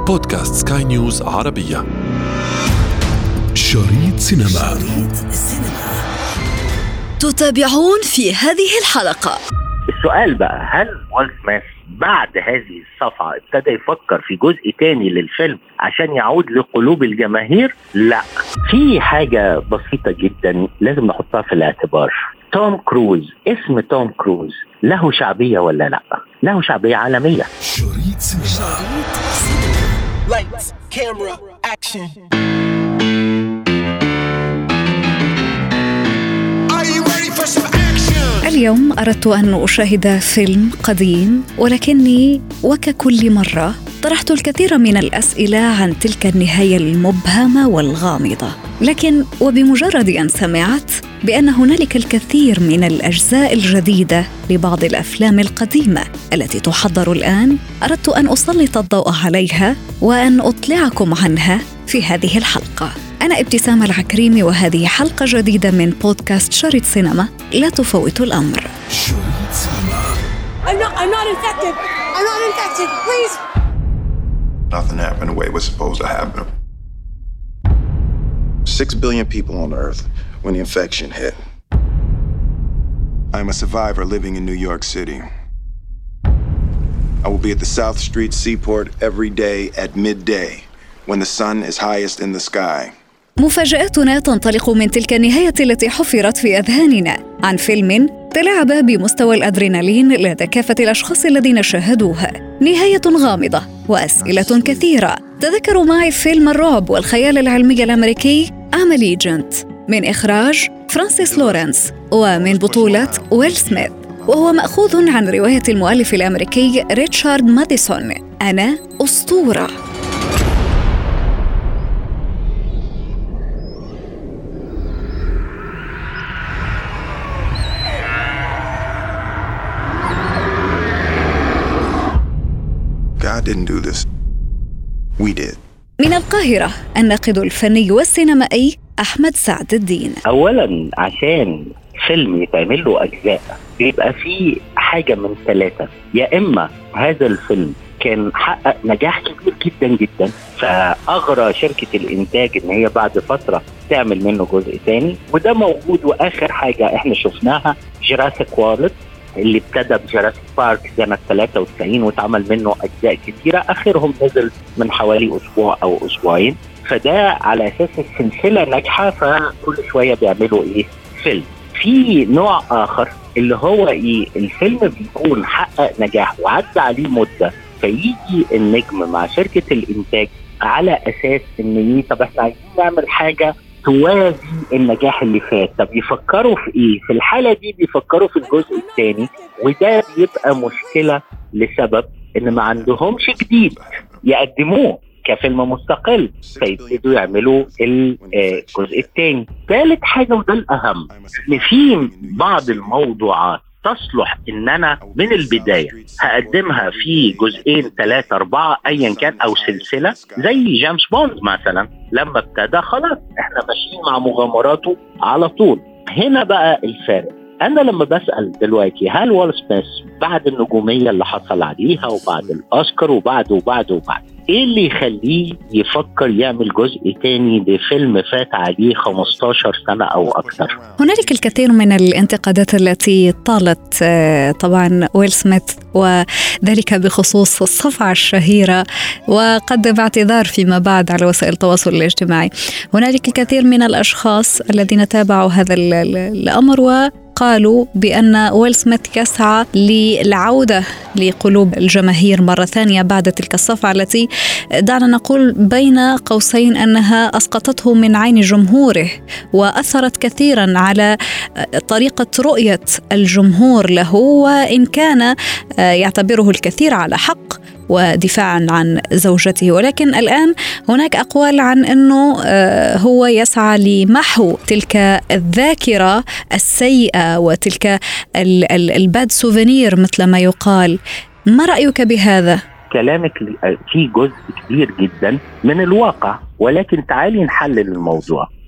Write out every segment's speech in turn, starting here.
بودكاست سكاي نيوز عربية. شريط سينما. تتابعون في هذه الحلقة. السؤال بقى، هل ويل سميث بعد هذه الصفعة ابتدى يفكر في جزء تاني للفيلم عشان يعود لقلوب الجماهير؟ لا، في حاجة بسيطة جدا لازم نحطها في الاعتبار. توم كروز، اسم توم كروز له شعبية ولا لا؟ له شعبية عالمية. شريط سينما. Lights, camera, action. Are you ready for some action? اليوم أردت أن أشاهد فيلم قديم، ولكني وككل مرة طرحت الكثير من الأسئلة عن تلك النهاية المبهمة والغامضة. لكن وبمجرد أن سمعت بأن هنالك الكثير من الأجزاء الجديدة لبعض الأفلام القديمة التي تحضر الآن، أردت أن أسلط الضوء عليها وأن أطلعكم عنها في هذه الحلقة. أنا ابتسام العكريمي، وهذه حلقة جديدة من بودكاست شريط سينما. لا تفوتوا الأمر. شريط سينما. I'm not infected. I'm not infected. Please. Nothing happened the way it was supposed to happen. 6 billion people on Earth when the infection hit. I'm a survivor living in New York City. I will be at the South Street Seaport every day at midday when the sun is highest in the sky. مفاجآتنا تنطلق من تلك النهاية التي حفرت في أذهاننا عن فيلم تلاعب بمستوى الأدرينالين لدى كافة الأشخاص الذين شاهدوها. نهاية غامضة وأسئلة كثيرة. تذكروا معي فيلم الرعب والخيال العلمي الأمريكي أميلي جنت، من إخراج فرانسيس لورنس ومن بطولة ويل سميث، وهو مأخوذ عن رواية المؤلف الأمريكي ريتشارد ماديسون. أنا أسطورة. God didn't do this. We did. من القاهرة الناقد الفني والسينمائي أحمد سعد الدين. أولاً، عشان فيلم يتعمل له أجزاء بيبقى فيه حاجة من ثلاثة: يا إما هذا الفيلم كان حقق نجاح كبير جدا جدا فأغرى شركة الإنتاج إن هي بعد فترة تعمل منه جزء تاني، وده موجود. وآخر حاجة إحنا شفناها جراسيك وورلد اللي ابتدى بجراسيك بارك سنة 93 واتعمل منه أجزاء كثيرة، آخرهم نزل من حوالي أسبوع أو أسبوعين. فده على أساس السلسلة ناجحة، فكل شوية بيعملوا فيلم. في نوع آخر اللي هو الفيلم بيكون حقق نجاح وعدى عليه مدة، فيجي النجم مع شركة الإنتاج على أساس إن طب إحنا عايزين نعمل حاجة توازي النجاح اللي فات. طب يفكروا في في الحالة دي بيفكروا في الجزء الثاني، وده بيبقى مشكلة لسبب إن ما عندهمش جديد يقدموه كفيلم مستقل، فيبتدوا يعملوا الجزء الثاني. ثالث حاجة وده الأهم، إن في بعض الموضوعات تصلح إن أنا من البداية هقدمها في جزئين 3 4 أيا كان أو سلسلة، زي جيمس بوند مثلا لما ابتدى خلاص إحنا ماشيين مع مغامراته على طول. هنا بقى الفارق. أنا لما بسأل دلوقتي هل ويل سميث بعد النجومية اللي حصل عليها وبعد الأوسكار وبعد إيه اللي يخليه يفكر يعمل جزء تاني لفيلم فات عليه 15 سنة أو أكثر؟ هنالك الكثير من الانتقادات التي طالت طبعا ويل سميث، وذلك بخصوص الصفعة الشهيرة، وقدم اعتذار فيما بعد على وسائل التواصل الاجتماعي. هنالك الكثير من الأشخاص الذين تابعوا هذا الأمر وقالوا بأن ويل سميث يسعى للعودة لقلوب الجماهير مرة ثانية بعد تلك الصفعة التي دعنا نقول بين قوسين أنها أسقطته من عين جمهوره، وأثرت كثيرا على طريقة رؤية الجمهور له، وإن كان يعتبره الكثير على حق ودفاعا عن زوجته. ولكن الآن هناك أقوال عن أنه هو يسعى لمحو تلك الذاكرة السيئة وتلك الباد سوفينير مثل ما يقال. ما رأيك بهذا؟ كلامك في جزء كبير جدا من الواقع، ولكن تعالي نحلل الموضوع.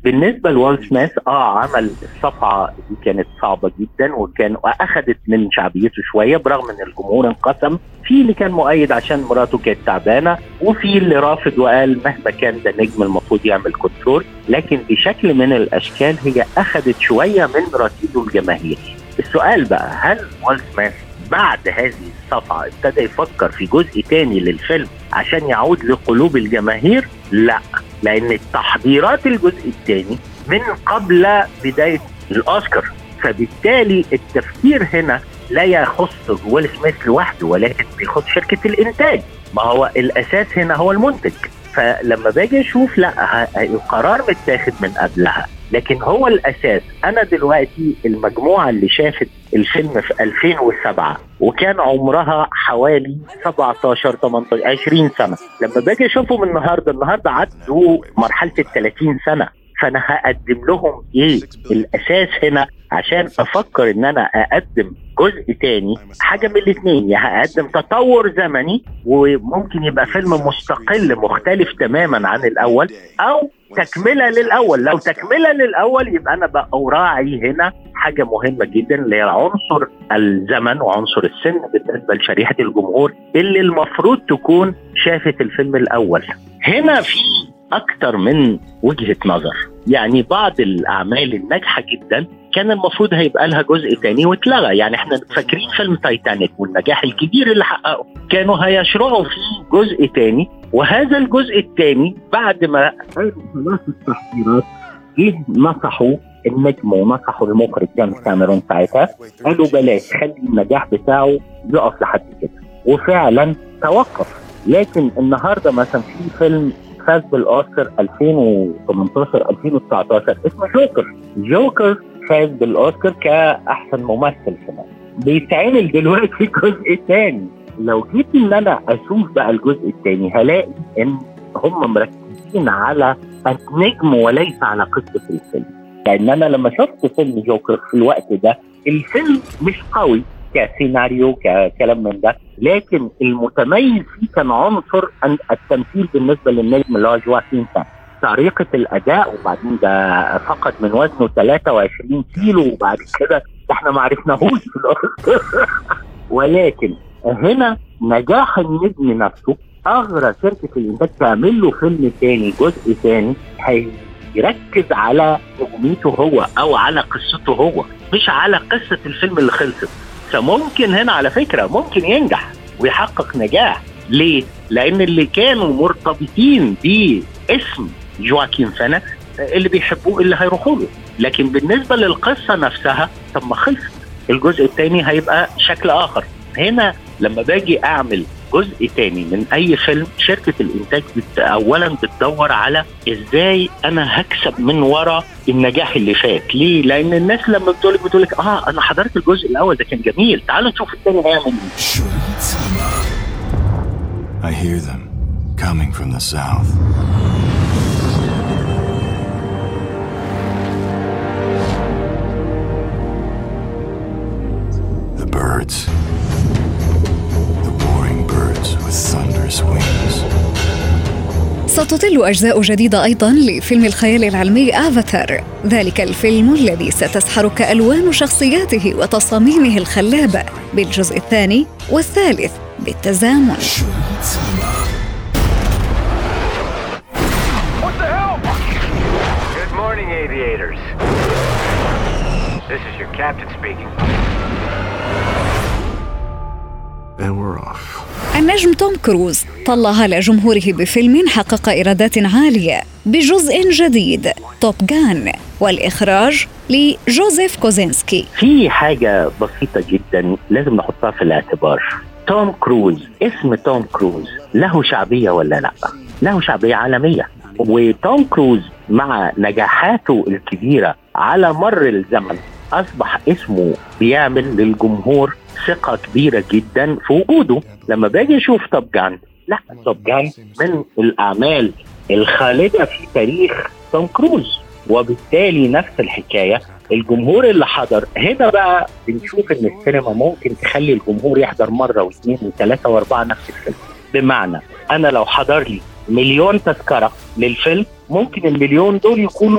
بالنسبه لويل سميث عمل الصفعه دي كانت صعبه جدا، واخدت من شعبيته شويه برغم ان الجمهور انقسم، في اللي كان مؤيد عشان مراته كانت تعبانه، وفي اللي رافض وقال مهما كان ده نجم المفروض يعمل كنترول. لكن بشكل من الاشكال هي اخدت شويه من رصيده الجماهيري. السؤال بقى، هل ويل سميث بعد هذه الصفعة ابتدى يفكر في جزء تاني للفيلم عشان يعود لقلوب الجماهير؟ لا، لأن التحضيرات الجزء التاني من قبل بداية الأوسكار، فبالتالي التفكير هنا لا يخص ويل سميث لوحده ولكن بيخص شركة الإنتاج. ما هو الأساس هنا هو المنتج. فلما باجي أشوف لا، القرار متاخد من قبلها، لكن هو الأساس. أنا دلوقتي المجموعة اللي شافت الفيلم في 2007 وكان عمرها حوالي 17 18 20 سنة، لما باجي أشوفهم النهاردة عدوا مرحلة 30 سنة، فأنا هقدم لهم إيه؟ الأساس هنا عشان أفكر إن أنا أقدم جزء تاني حاجة من الاثنين، يا هقدم تطور زمني وممكن يبقى فيلم مستقل مختلف تماما عن الأول، أو تكملة للأول. لو تكملة للأول يبقى أنا بقى أراعي هنا حاجة مهمة جدا اللي هي عنصر الزمن وعنصر السن بالنسبة لشريحة الجمهور اللي المفروض تكون شافت الفيلم الأول. هنا في أكتر من وجهة نظر، يعني بعض الأعمال الناجحة جدا كان المفروض هيبقى لها جزء تاني واتلغى. يعني احنا فاكرين فيلم تايتانيك والنجاح الكبير اللي حققه، كانوا هيشرعوا فيه جزء تاني، وهذا الجزء التاني بعد ما خلاص التحضيرات نصحوا النجم ونصحوا المخرج جيمس كاميرون ساعتها، قالوا بلاش، خلي النجاح بتاعه يقف لحد كده، وفعلا توقف. لكن النهارده مثلا في فيلم فاز بالأوسكار 2018 2019 اسمه جوكر فاز بالأوسكار كأحسن ممثل كمان، بيتعمل دلوقتي جزء تاني. لو جيت ان انا اشوف بقى الجزء التاني هلاقي ان هم مركزين على النجم وليس على قصة الفيلم. لان انا لما شفت فيلم جوكر في الوقت ده، الفيلم مش قوي كسيناريو ككلام من ده، لكن المتميز فيه كان عنصر التمثيل بالنسبة للنجم اللي هو جواكين فينيكس، طريقة الأداء. وبعدين ده فقد من وزنه 23 كيلو، وبعد كده احنا ما عرفناهوش في الأوسكار ولكن هنا نجاح النجم نفسه أغرى شركة الإنتاج تعمل له فيلم تاني، جزء تاني هيركز على نجوميته هو أو على قصته هو، مش على قصة الفيلم اللي خلصت. فممكن هنا على فكرة ممكن ينجح ويحقق نجاح. ليه؟ لأن اللي كانوا مرتبطين باسم جواكين فينيكس اللي بيحبوه اللي هيروحوا له، لكن بالنسبة للقصة نفسها طب ما خلصت، الجزء الثاني هيبقى شكل آخر. هنا لما باجي أعمل جزء تاني من أي فيلم، شركة الإنتاج أولا بتدور على إزاي أنا هكسب من وراء النجاح اللي فات. ليه؟ لأن الناس لما بتقولك أنا حضرت الجزء الأول ده كان جميل، تعالوا نشوف الثاني هيعمل إيه. شريط سينما. I hear them coming from the south. The birds. The warring birds with thunderous wings. ستطل أجزاء جديدة أيضاً لفيلم الخيال العلمي آفاتار، ذلك الفيلم الذي ستسحرك ألوان شخصياته وتصاميمه الخلابة بالجزء الثاني والثالث بالتزامن. شريط سينما. Good morning, aviators. This is your captain speaking. And we're off. النجم توم كروز طل على جمهوره بفيلم حقق إيرادات عالية بجزء جديد، توب جان، والإخراج لجوزيف كوزينسكي. في حاجة بسيطة جدا لازم نحطها في الاعتبار. توم كروز، اسم توم كروز له شعبية ولا لا؟ له شعبية عالمية. وتوم كروز مع نجاحاته الكبيرة على مر الزمن أصبح اسمه بيعمل للجمهور ثقة كبيرة جدا في وجوده. لما باجي أشوف توب جان، لا، توب جان من الأعمال الخالدة في تاريخ توم كروز، وبالتالي نفس الحكاية الجمهور اللي حضر. هنا بقى بنشوف ان السينما ممكن تخلي الجمهور يحضر مرة واثنين وثلاثة واربعة نفس الفيلم. بمعنى انا لو حضر لي 1,000,000 تذكرة للفيلم، ممكن 1,000,000 دول يكونوا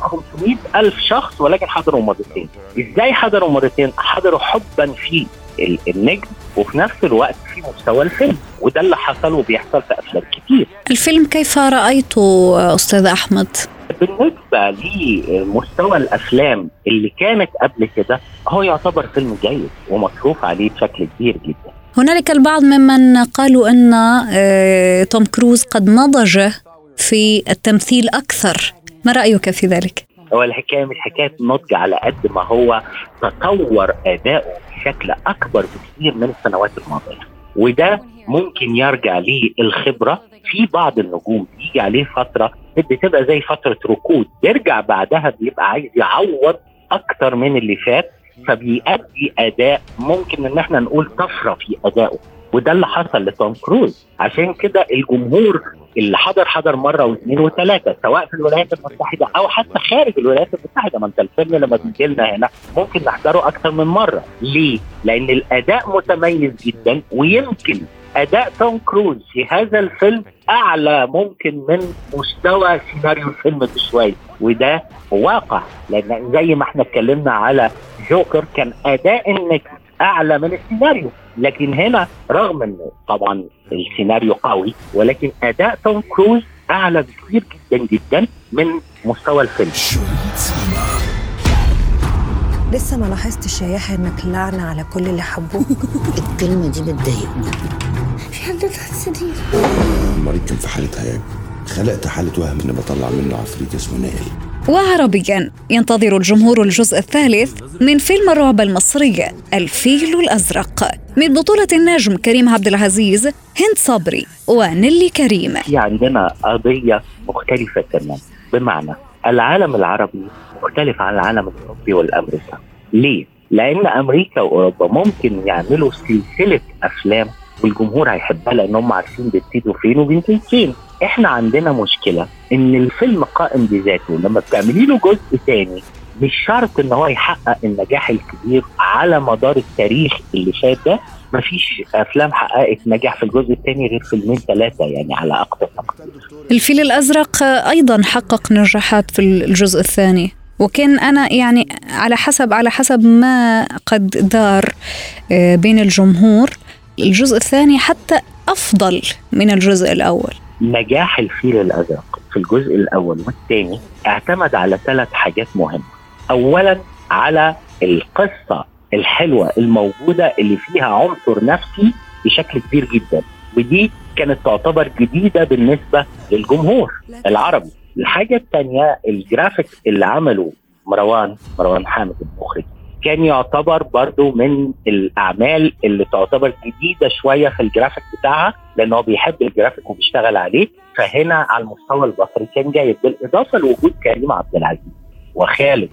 500,000 شخص ولكن حضروا مرتين. ازاي حضروا مرتين؟ حضروا حبا في النجم وفي نفس الوقت في مستوى الفيلم، وده اللي حصل وبيحصل في أفلام كتير. الفيلم كيف رأيته أستاذ أحمد؟ بالنسبة لمستوى الأفلام اللي كانت قبل كده هو يعتبر فيلم جيد ومصروف عليه بشكل كبير جدا. هنالك البعض ممن قالوا أن توم كروز قد نضج في التمثيل أكثر، ما رأيك في ذلك؟ هو الحكاية مش حكاية نضج على قد ما هو تطور أداؤه بشكل أكبر بكثير من السنوات الماضية، وده ممكن يرجع للخبرة. في بعض النجوم بيجي عليه فترة بتبقى زي فترة ركود، يرجع بعدها بيبقى عايز يعوض أكتر من اللي فات، فبيأدي أداء ممكن إن احنا نقول طفرة في أدائه، وده اللي حصل لتوم كروز. عشان كده الجمهور اللي حضر مرة واثنين وثلاثة، سواء في الولايات المتحدة أو حتى خارج الولايات المتحدة. ما انت الفيلم لما بيجيلنا هنا ممكن نحضره أكتر من مرة. ليه؟ لأن الأداء متميز جدا، ويمكن أداء توم كروز في هذا الفيلم أعلى ممكن من مستوى سيناريو الفيلم بشوية، وده واقع. لأن زي ما احنا اتكلمنا على جوكر كان أداء النجم أعلى من السيناريو، لكن هنا رغم أنه طبعا السيناريو قوي ولكن أداء توم كروز أعلى بكثير جدا جدا من مستوى الفيلم. لسه ما لاحظتش يا يحيى انك لعنة على كل اللي حبوك؟ الكلمة دي بتضايقني. في حد سرير المريض كان في حالة هياج، خلقت حالة وهم إني بطلع منه عفريت اسمه نائل. وعربيا ينتظر الجمهور الجزء الثالث من فيلم الرعب المصري الفيل الأزرق من بطولة النجم كريم عبد العزيز، هند صبري ونيلي كريم. في عندنا قضية مختلفة تماما، بمعنى العالم العربي مختلف عن العالم الأوروبي والأمريكا. ليه؟ لأن أمريكا وأوروبا ممكن يعملوا سلسلة أفلام والجمهور هيحبها لأنهم عارفين بيبتدوا فين وبينتهوا فين. إحنا عندنا مشكلة إن الفيلم قائم بذاته، لما بتعملي له جزء تاني مش شرط إن هو يحقق النجاح الكبير على مدار التاريخ اللي فات ده. مفيش أفلام حققت نجاح في الجزء الثاني غير فيلمين ثلاثة يعني على أقصى تقدير. الفيل الأزرق أيضا حقق نجاحات في الجزء الثاني، وكان أنا يعني على حسب ما قد دار بين الجمهور الجزء الثاني حتى أفضل من الجزء الأول. نجاح الفيل الأزرق في الجزء الأول والثاني اعتمد على 3 حاجات مهمة. أولا على القصة الحلوة الموجودة اللي فيها عنصر نفسي بشكل كبير جدا، ودي كانت تعتبر جديدة بالنسبة للجمهور العربي. الحاجة الثانية الجرافيك اللي عمله مروان حامد المخرج، كان يعتبر برضو من الأعمال اللي تعتبر جديدة شوية في الجرافيك بتاعها، لأنه بيحب الجرافيك وبيشتغل عليه. فهنا على المستوى البصري كان جايب، بالإضافة لوجود كريم عبد العزيز وخالد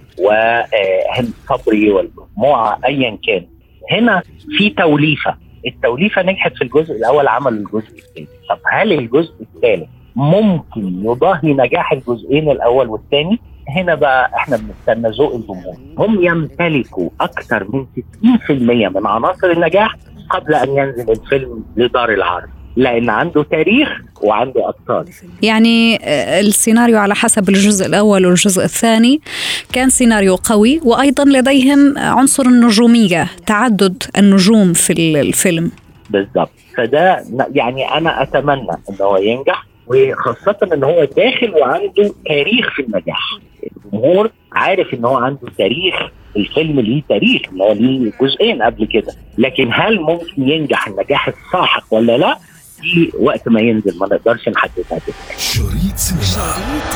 وهند صبري والمجموعة أيا كان. هنا في التوليفة نجحت في الجزء الأول، عمل الجزء الثاني. طب هل الجزء الثالث ممكن يضاهي نجاح الجزئين الأول والثاني؟ هنا بقى احنا بنستنى ذوق الجمهور. هم يمتلكوا أكثر من 60% من عناصر النجاح قبل أن ينزل الفيلم لدار العرض، لأن عنده تاريخ وعنده أبطال. يعني السيناريو على حسب الجزء الأول والجزء الثاني كان سيناريو قوي، وأيضا لديهم عنصر النجومية، تعدد النجوم في الفيلم. بالضبط. فده يعني أنا أتمنى أنه هو ينجح، وخاصة أنه هو داخل وعنده تاريخ في النجاح. الجمهور عارف أنه هو عنده تاريخ، الفيلم ليه تاريخ، أنه هو ليه جزئين قبل كده، لكن هل ممكن ينجح النجاح الساحق ولا لا؟ دي وقت ما ينزل ما نقدرش نحددها. شريط سينما.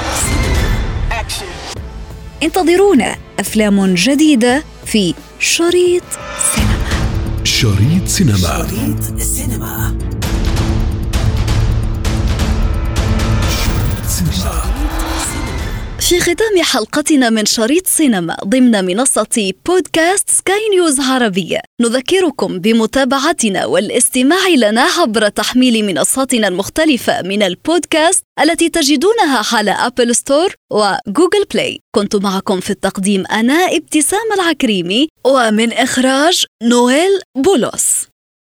انتظرونا أفلام جديدة في شريط سينما. شريط سينما. شريط سينما. في ختام حلقتنا من شريط سينما ضمن منصة بودكاست سكاي نيوز عربية، نذكركم بمتابعتنا والاستماع لنا عبر تحميل منصاتنا المختلفة من البودكاست التي تجدونها على أبل ستور وجوجل بلاي. كنت معكم في التقديم أنا ابتسام العكريمي، ومن إخراج نويل بولوس.